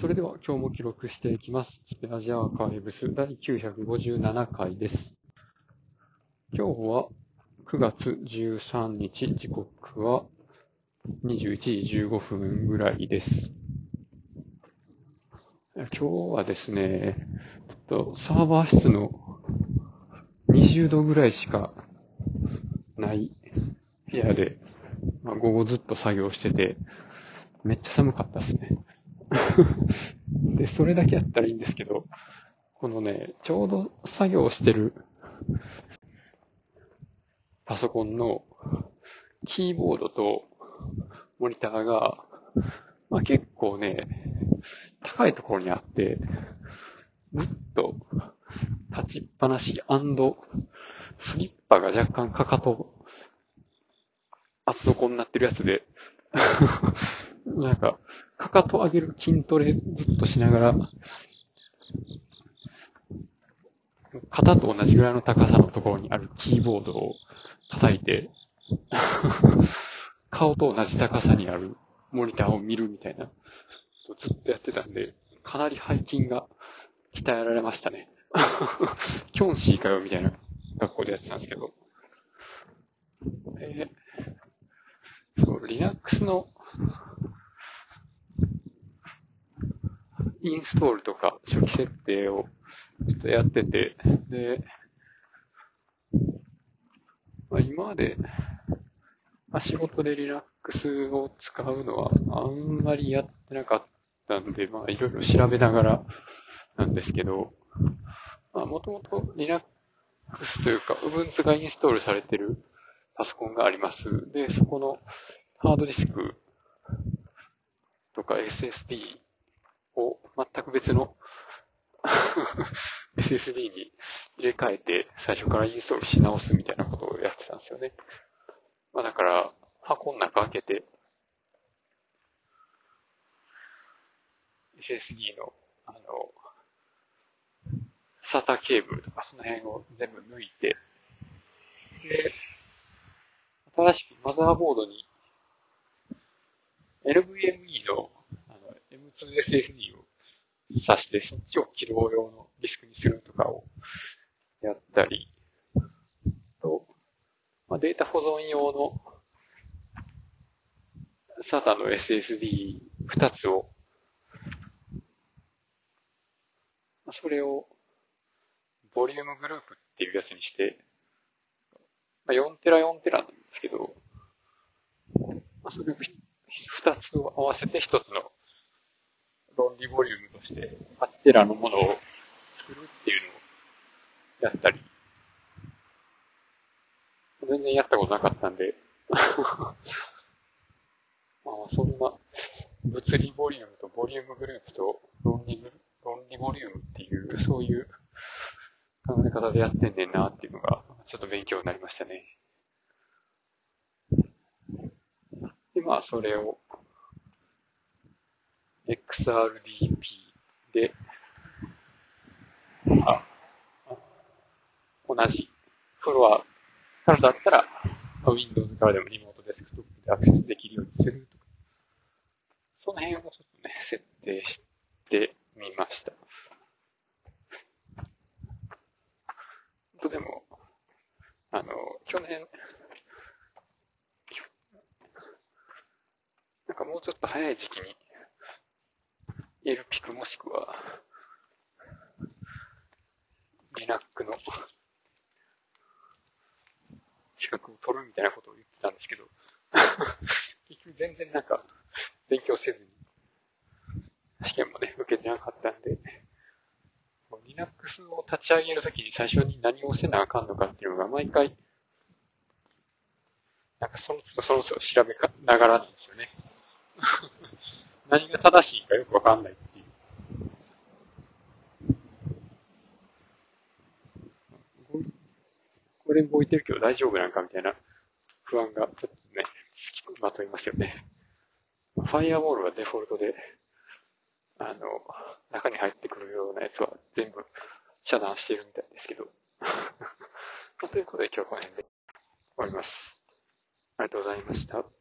れでは今日も記録していきます。アジアアーカイブス第957回です。今日は9月13日、時刻は21時15分ぐらいです。今日はですね、サーバー室の20度ぐらいしかない部屋で、午後ずっと作業してて、めっちゃ寒かったですね。で、それだけやったらいいんですけど、このね、ちょうど作業してるパソコンのキーボードとモニターが、結構ね、高いところにあって、ずっと立ちっぱなし&スリッパが若干かかと厚底になってるやつで、かかと上げる筋トレずっとしながら、肩と同じぐらいの高さのところにあるキーボードを叩いて、顔と同じ高さにあるモニターを見るみたいな、ずっとやってたんで、かなり背筋が鍛えられましたね。キョンシーかよみたいな学校でやってたんですけど。Linux のインストールとか初期設定をちょっとやってて、で、今まで、仕事で Linux を使うのはあんまりやってなかったんで、いろいろ調べながらなんですけど、もともと Linux というか Ubuntu がインストールされてるパソコンがあります。で、そこのハードディスクとか SSD を全く別のSSD に入れ替えて最初からインストールし直すみたいなことをやってたんですよね。だから箱の中開けて SSD のSATA ケーブルとかその辺を全部抜いて、で、新しくマザーボードに NVMe のM2SSD を挿して、そっちを起動用のディスクにするとかをやったり、と、データ保存用の SATA の SSD2 つを、それをボリュームグループっていうやつにして、4テラ4テラなんですけど、それを2つを合わせて1つの論理ボリュームとして8テラのものを作るっていうのをやったり、全然やったことなかったんで、そんな物理ボリュームとボリュームグループと論理ボリュームっていう、そういう考え方でやってんねんなっていうのが、ちょっと勉強になりましたね。で、それを XRDP で、同じフロアからだったら、Windows からでもリモートデスクトップでアクセスできるようにするとか、その辺をちょっとね、設定してみました。でも、去年、もうちょっと早い時期に、エルピクもしくは、リナックの資格を取るみたいなことを言ってたんですけど、結局全然勉強せずに、試験もね、受けてなかったんで、Linux を立ち上げるときに最初に何をせなあかんのかっていうのが毎回、その都度調べながらなんですよね。何が正しいかよくわかんないっていう。これ動いてるけど大丈夫なんかみたいな不安がちょっとね、つきまといますよね。ファイアウォールはデフォルトで、中に入ってくるようなやつは全部遮断しているみたいですけど。ということで今日はこの辺で終わります。ありがとうございました。